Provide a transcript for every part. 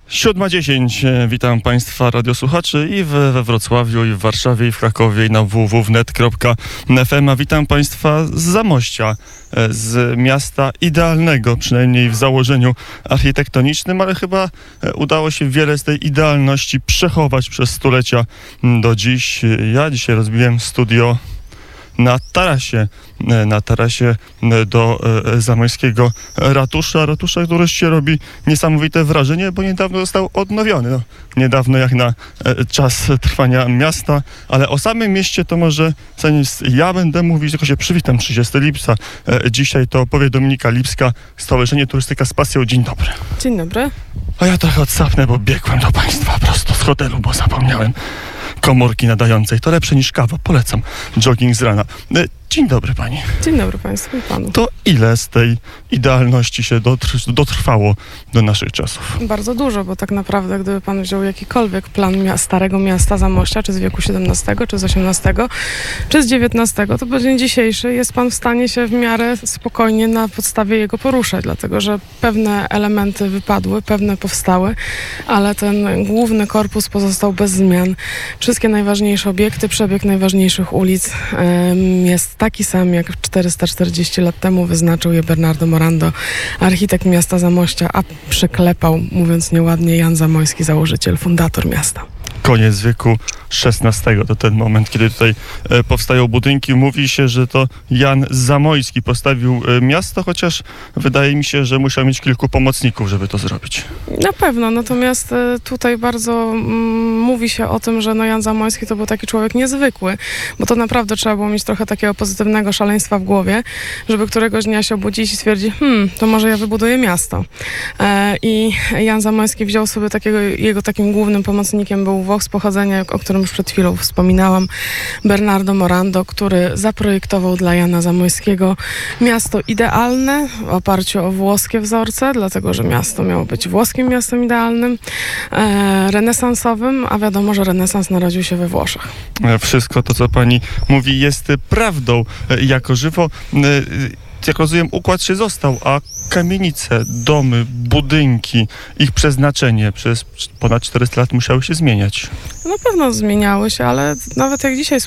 7:10. Witam Państwa radiosłuchaczy i we Wrocławiu, i w Warszawie, i w Krakowie, i na www.wnet.fm. Witam Państwa z Zamościa, z miasta idealnego, przynajmniej w założeniu architektonicznym, ale chyba udało się wiele z tej idealności przechować przez stulecia do dziś. Ja dzisiaj rozbiłem studio na tarasie do zamojskiego ratusza, który się robi niesamowite wrażenie, bo niedawno został odnowiony. No, niedawno jak na czas trwania miasta, ale o samym mieście to może zanim ja będę mówić, tylko się przywitam. 30 lipca. Dzisiaj to opowie Dominika Lipska, Stowarzyszenie Turystyka z Pasją. Dzień dobry. Dzień dobry. A ja trochę odsapnę, bo biegłem do Państwa prosto z hotelu, bo zapomniałem komórki nadającej. To lepsze niż kawa. Polecam. Jogging z rana. Dzień dobry pani. Dzień dobry państwu i panu. To ile z tej idealności się dotrwało do naszych czasów? Bardzo dużo, bo tak naprawdę gdyby pan wziął jakikolwiek plan starego miasta Zamościa, czy z wieku XVII, czy z XVIII, czy z XIX, to po dzień dzisiejszy jest pan w stanie się w miarę spokojnie na podstawie jego poruszać, dlatego że pewne elementy wypadły, pewne powstały, ale ten główny korpus pozostał bez zmian. Wszystkie najważniejsze obiekty, przebieg najważniejszych ulic jest taki sam, jak 440 lat temu wyznaczył je Bernardo Morando, architekt miasta Zamościa, a przyklepał, mówiąc nieładnie, Jan Zamojski, założyciel, fundator miasta. Koniec wieku XVI to ten moment, kiedy tutaj powstają budynki. Mówi się, że to Jan Zamojski postawił miasto, chociaż wydaje mi się, że musiał mieć kilku pomocników, żeby to zrobić. Na pewno, natomiast tutaj bardzo mówi się o tym, że Jan Zamojski to był taki człowiek niezwykły, bo to naprawdę trzeba było mieć trochę takiego pozytywnego szaleństwa w głowie, żeby któregoś dnia się obudzić i stwierdzić, to może ja wybuduję miasto. I Jan Zamojski wziął sobie jego takim głównym pomocnikiem był Włoch z pochodzenia, o którym już przed chwilą wspominałam, Bernardo Morando, który zaprojektował dla Jana Zamojskiego miasto idealne w oparciu o włoskie wzorce, dlatego że miasto miało być włoskim miastem idealnym, renesansowym, a wiadomo, że renesans narodził się we Włoszech. Wszystko to, co pani mówi, jest prawdą. Jako żywo, jak rozumiem, układ się został, a kamienice, domy, budynki, ich przeznaczenie przez ponad 400 lat musiały się zmieniać. Na pewno zmieniały się, ale nawet jak dzisiaj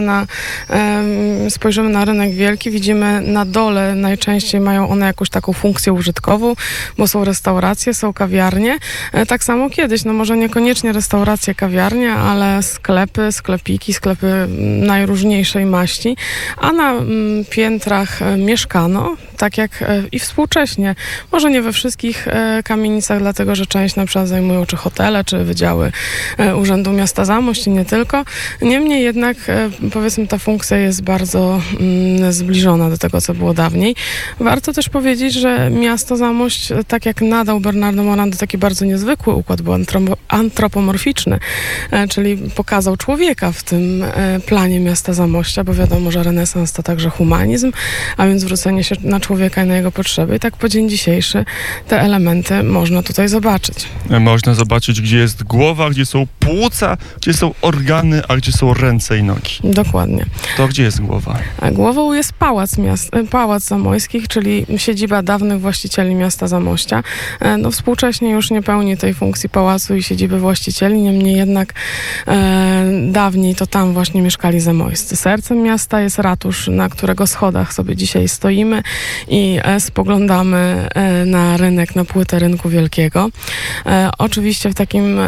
spojrzymy na rynek wielki, widzimy na dole najczęściej mają one jakąś taką funkcję użytkową, bo są restauracje, są kawiarnie. Tak samo kiedyś, może niekoniecznie restauracje, kawiarnie, ale sklepy, sklepiki, sklepy najróżniejszej maści, a na piętrach mieszkano, tak jak i współcześnie. Może nie we wszystkich kamienicach, dlatego że część na przykład zajmują czy hotele, czy wydziały Urzędu Miasta Zamość i nie tylko. Niemniej jednak powiedzmy ta funkcja jest bardzo zbliżona do tego, co było dawniej. Warto też powiedzieć, że miasto Zamość, tak jak nadał Bernardo Morando taki bardzo niezwykły układ, był antropomorficzny, czyli pokazał człowieka w tym planie miasta Zamościa, bo wiadomo, że renesans to także humanizm, a więc zwrócenie się na człowieka i na jego potrzeby. I tak po dzień dzisiejszy te elementy można tutaj zobaczyć. Można zobaczyć, gdzie jest głowa, gdzie są płuca, gdzie są organy, a gdzie są ręce i nogi. Dokładnie. To gdzie jest głowa? Głową jest Pałac Zamojskich, czyli siedziba dawnych właścicieli miasta Zamościa. Współcześnie już nie pełni tej funkcji pałacu i siedziby właścicieli, niemniej jednak dawniej to tam właśnie mieszkali zamojscy. Sercem miasta jest ratusz, na którego schodach sobie dzisiaj stoimy i spoglądamy na rynek, na płytę Rynku Wielkiego. Oczywiście w takim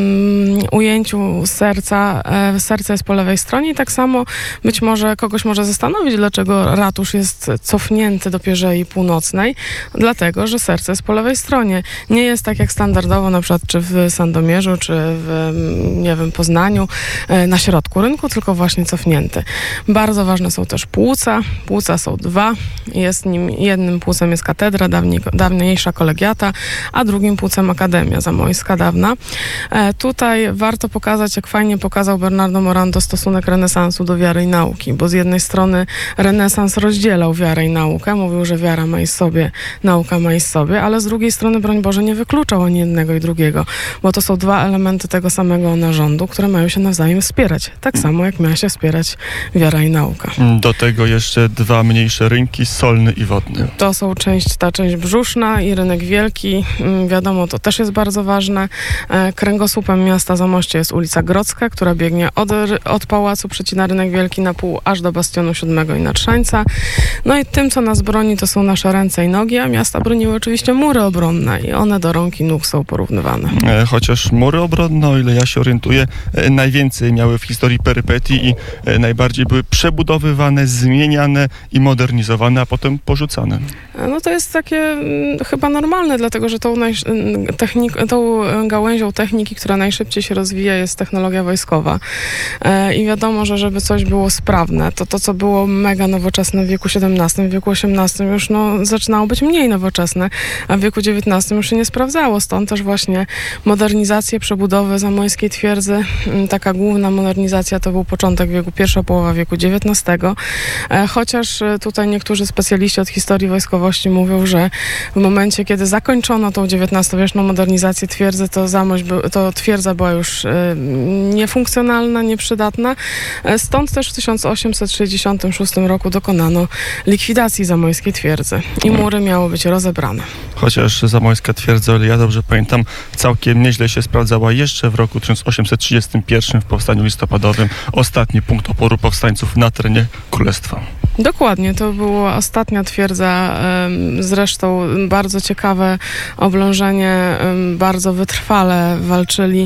ujęciu serce jest po lewej stronie i tak samo być może kogoś może zastanowić, dlaczego ratusz jest cofnięty do Pierzei Północnej, dlatego, że serce jest po lewej stronie. Nie jest tak jak standardowo na przykład czy w Sandomierzu, czy w Poznaniu, na środku rynku, tylko właśnie cofnięty. Bardzo ważne są też płuca. Płuca są dwa. Jednym płucem jest katedra, dawniejsza kolegiata, a drugim płucem Akademia Zamojska dawna. Tutaj warto pokazać, jak fajnie pokazał Bernardo Morando stosunek renesansu do wiary i nauki, bo z jednej strony renesans rozdzielał wiarę i naukę, mówił, że wiara ma iść sobie, nauka ma iść sobie, ale z drugiej strony, broń Boże, nie wykluczał ani jednego i drugiego, bo to są dwa elementy tego samego narządu, które mają się nawzajem wspierać. Tak samo jak miała się wspierać wiara i nauka. Do tego jeszcze dwa mniejsze rynki, Solny i wodny. To są ta część brzuszna i rynek wielki. Wiadomo, to też jest bardzo ważne. Kręgosłupem miasta Zamoście jest ulica Grodzka, która biegnie od pałacu, przecina rynek wielki na pół, aż do Bastionu 7 i Natrzańca. No i tym, co nas broni, to są nasze ręce i nogi, a miasta broniły oczywiście mury obronne i one do rąk i nóg są porównywane. Chociaż mury obronne, o ile ja się orientuję, najwięcej miały w historii perypetii i najbardziej były przebudowywane, zmieniane i modernizowane, a potem porzucane. No to jest takie chyba normalne, dlatego że tą gałęzią techniki, która najszybciej się rozwija, jest technologia wojskowa. I wiadomo, że żeby coś było sprawne, to co było mega nowoczesne w wieku XVII, w wieku XVIII już zaczynało być mniej nowoczesne, a w wieku XIX już się nie sprawdzało. Stąd też właśnie modernizacje, przebudowy zamojskiej twierdzy. Taka główna modernizacja to był początek wieku, pierwsza połowa wieku XIX. Chociaż tutaj niektórzy specjaliści od historii wojskowości mówią, że w momencie, kiedy zakończono tą XIX-wieczną modernizację twierdzy, to twierdza była już niefunkcjonalna, nieprzydatna. Stąd też w 1866 roku dokonano likwidacji zamojskiej twierdzy i mury miały być rozebrane. Chociaż zamojska twierdza, o ile ja dobrze pamiętam, całkiem nieźle się sprawdzała jeszcze w roku 1831 w powstaniu listopadowym. Ostatni punkt oporu powstańców na terenie Królestwa. Dokładnie, to była ostatnia twierdza, zresztą bardzo ciekawe oblężenie, bardzo wytrwale walczyli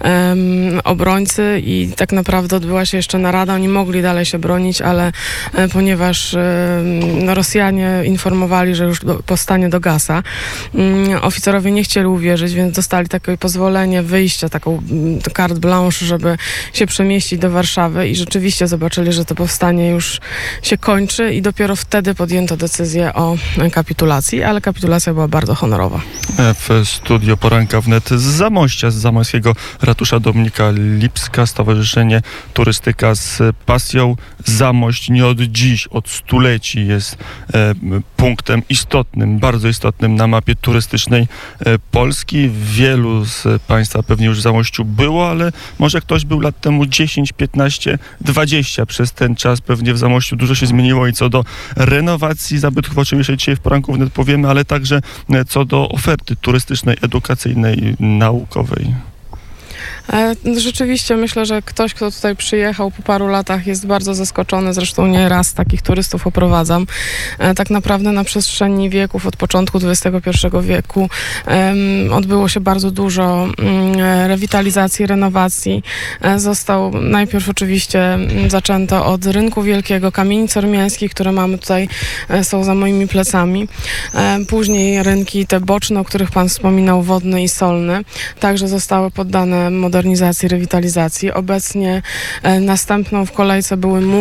obrońcy i tak naprawdę odbyła się jeszcze narada, oni mogli dalej się bronić, ale ponieważ Rosjanie informowali, że już powstanie dogasa, oficerowie nie chcieli uwierzyć, więc dostali takie pozwolenie wyjścia, taką carte blanche, żeby się przemieścić do Warszawy i rzeczywiście zobaczyli, że to powstanie już się kończy i dopiero wtedy podjęto decyzję o kapitulacji, ale kapitulacja była bardzo honorowa. W studio Poranka Wnet z Zamościa, z zamojskiego ratusza Dominika Lipska, Stowarzyszenie Turystyka z Pasją. Zamość nie od dziś, od stuleci jest punktem istotnym, bardzo istotnym na mapie turystycznej Polski. Wielu z Państwa pewnie już w Zamościu było, ale może ktoś był lat temu 10, 15, 20. Przez ten czas pewnie w Zamościu dużo się zmieniło i co do renowacji zabytków, o czym jeszcze dzisiaj w Poranku Wnet powiemy, ale także co do oferty turystycznej, edukacyjnej, naukowej. Rzeczywiście myślę, że ktoś, kto tutaj przyjechał po paru latach, jest bardzo zaskoczony. Zresztą nie raz takich turystów oprowadzam. Tak naprawdę na przestrzeni wieków, od początku XXI wieku odbyło się bardzo dużo rewitalizacji, renowacji. Został najpierw oczywiście zaczęto od Rynku Wielkiego, kamienic ormiańskich, które mamy tutaj, są za moimi plecami. Później rynki te boczne, o których Pan wspominał, wodny i solny, także zostały poddane modernizacji, rewitalizacji. Obecnie następną w kolejce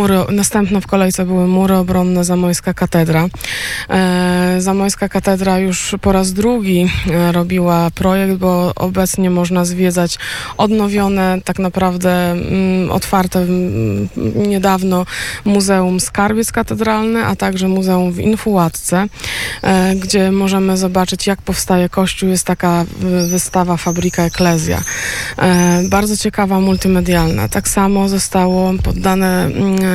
były mury obronne, Zamojska Katedra. Zamojska Katedra już po raz drugi robiła projekt, bo obecnie można zwiedzać odnowione, tak naprawdę otwarte niedawno Muzeum Skarbiec Katedralny, a także Muzeum w Infułatce, gdzie możemy zobaczyć, jak powstaje Kościół. Jest taka wystawa Fabryka Eklezja. Bardzo ciekawa, multimedialna. Tak samo zostało poddane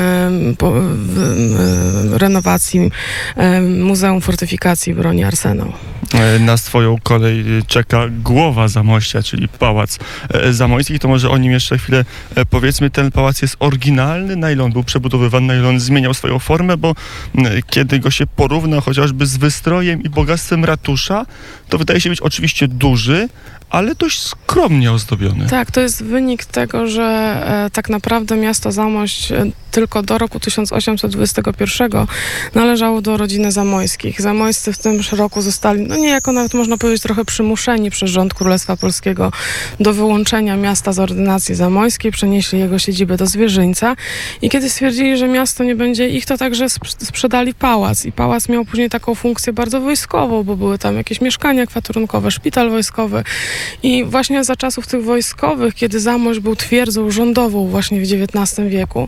renowacji Muzeum Fortyfikacji Broni Arsenał. Na swoją kolej czeka głowa Zamościa, czyli Pałac Zamojski. To może o nim jeszcze chwilę powiedzmy. Ten pałac jest oryginalny, na ile on był przebudowywany, na ile on zmieniał swoją formę, bo kiedy go się porówna chociażby z wystrojem i bogactwem ratusza, to wydaje się być oczywiście duży, ale dość skromnie ozdobiony. Tak, to jest wynik tego, że tak naprawdę miasto Zamość tylko do roku 1821 należało do rodziny Zamojskich. Zamojscy w tym roku zostali, niejako nawet można powiedzieć, trochę przymuszeni przez rząd Królestwa Polskiego do wyłączenia miasta z ordynacji zamojskiej, przenieśli jego siedzibę do Zwierzyńca i kiedy stwierdzili, że miasto nie będzie ich, to także sprzedali pałac i pałac miał później taką funkcję bardzo wojskową, bo były tam jakieś mieszkania kwaterunkowe, szpital wojskowy I właśnie za czasów tych wojskowych, kiedy Zamość był twierdzą rządową właśnie w XIX wieku,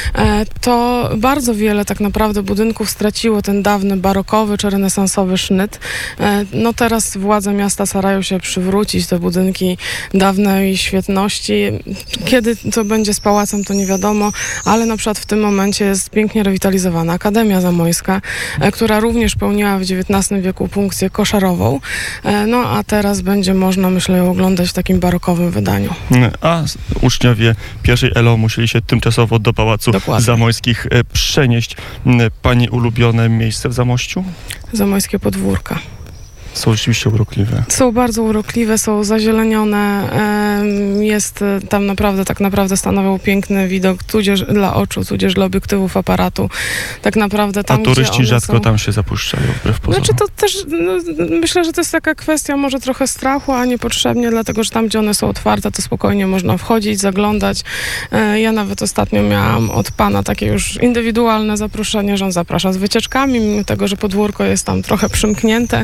to bardzo wiele tak naprawdę budynków straciło ten dawny barokowy czy renesansowy sznyt. No teraz władze miasta starają się przywrócić te budynki dawnej świetności. Kiedy to będzie z pałacem, to nie wiadomo, ale na przykład w tym momencie jest pięknie rewitalizowana Akademia Zamojska, która również pełniła w XIX wieku funkcję koszarową, no a teraz będzie można, myślę, ją oglądać w takim barokowym wydaniu. A uczniowie pierwszej ELO musieli się tymczasowo do Pałacu Zamojskich przenieść. Pani ulubione miejsce w Zamościu? Zamojskie podwórka. Są rzeczywiście urokliwe. Są bardzo urokliwe, są zazielenione. Jest tam naprawdę, tak naprawdę stanowią piękny widok, tudzież dla oczu, tudzież dla obiektywów aparatu. Tak naprawdę tam, a turyści gdzie rzadko tam się zapuszczają, wbrew pozorom. Znaczy to też, myślę, że to jest taka kwestia może trochę strachu, a niepotrzebnie, dlatego, że tam, gdzie one są otwarte, to spokojnie można wchodzić, zaglądać. Ja nawet ostatnio miałam od pana takie już indywidualne zaproszenie, że on zaprasza z wycieczkami, mimo tego, że podwórko jest tam trochę przymknięte,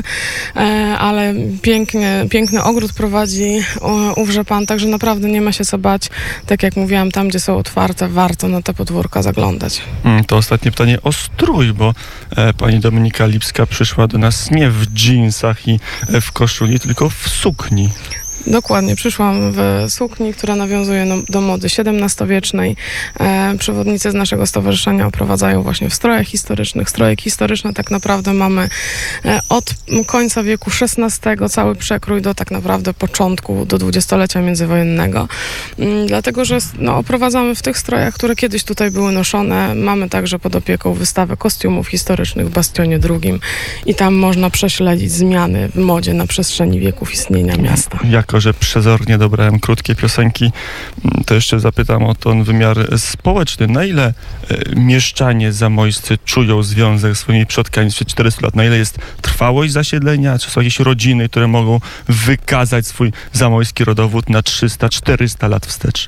ale piękny ogród prowadzi ówże pan, także naprawdę nie ma się co bać. Tak jak mówiłam, tam, gdzie są otwarte, warto na te podwórka zaglądać. To ostatnie pytanie o strój, bo pani Dominika Lipska przyszła do nas nie w dżinsach i w koszuli, tylko w sukni. Dokładnie, przyszłam w sukni, która nawiązuje do mody XVII-wiecznej. Przewodnicy z naszego stowarzyszenia oprowadzają właśnie w strojach historycznych. Stroje historyczne tak naprawdę mamy od końca wieku XVI, cały przekrój do tak naprawdę początku, do dwudziestolecia międzywojennego. Dlatego, że oprowadzamy w tych strojach, które kiedyś tutaj były noszone. Mamy także pod opieką wystawę kostiumów historycznych w Bastionie II i tam można prześledzić zmiany w modzie na przestrzeni wieków istnienia miasta. Jako że przezornie dobrałem krótkie piosenki, to jeszcze zapytam o ten wymiar społeczny. Na ile mieszczanie zamojscy czują związek z swoimi przodkami sprzed 400 lat? Na ile jest trwałość zasiedlenia? Czy są jakieś rodziny, które mogą wykazać swój zamojski rodowód na 300-400 lat wstecz?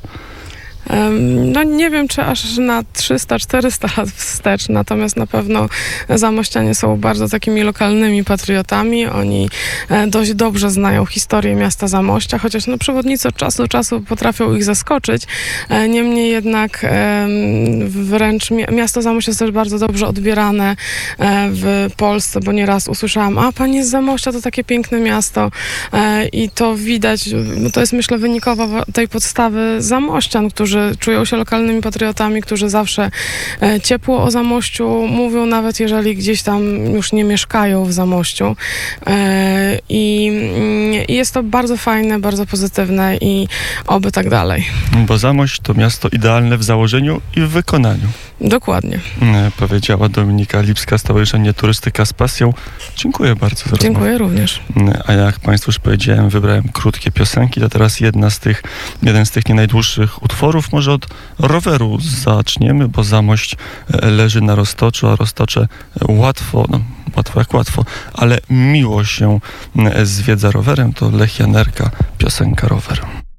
No nie wiem, czy aż na 300-400 lat wstecz, natomiast na pewno zamościanie są bardzo takimi lokalnymi patriotami. Oni dość dobrze znają historię miasta Zamościa, chociaż przewodnicy od czasu do czasu potrafią ich zaskoczyć. Niemniej jednak wręcz miasto Zamość jest też bardzo dobrze odbierane w Polsce, bo nieraz usłyszałam, a pani z Zamościa to takie piękne miasto i to widać, to jest myślę wynikowa tej podstawy zamościan, którzy czują się lokalnymi patriotami, którzy zawsze ciepło o Zamościu mówią, nawet jeżeli gdzieś tam już nie mieszkają w Zamościu. I jest to bardzo fajne, bardzo pozytywne i oby tak dalej. Bo Zamość to miasto idealne w założeniu i w wykonaniu. Dokładnie. Powiedziała Dominika Lipska, Stowarzyszenie Turystyka z Pasją. Dziękuję bardzo za rozmowę. Dziękuję również. A jak Państwu już powiedziałem, wybrałem krótkie piosenki, to teraz jeden z tych nie najdłuższych utworów. Może od roweru zaczniemy, bo Zamość leży na Roztoczu, a Roztocze łatwo jak łatwo, ale miło się zwiedza rowerem. To Lech Janerka, piosenka Rower.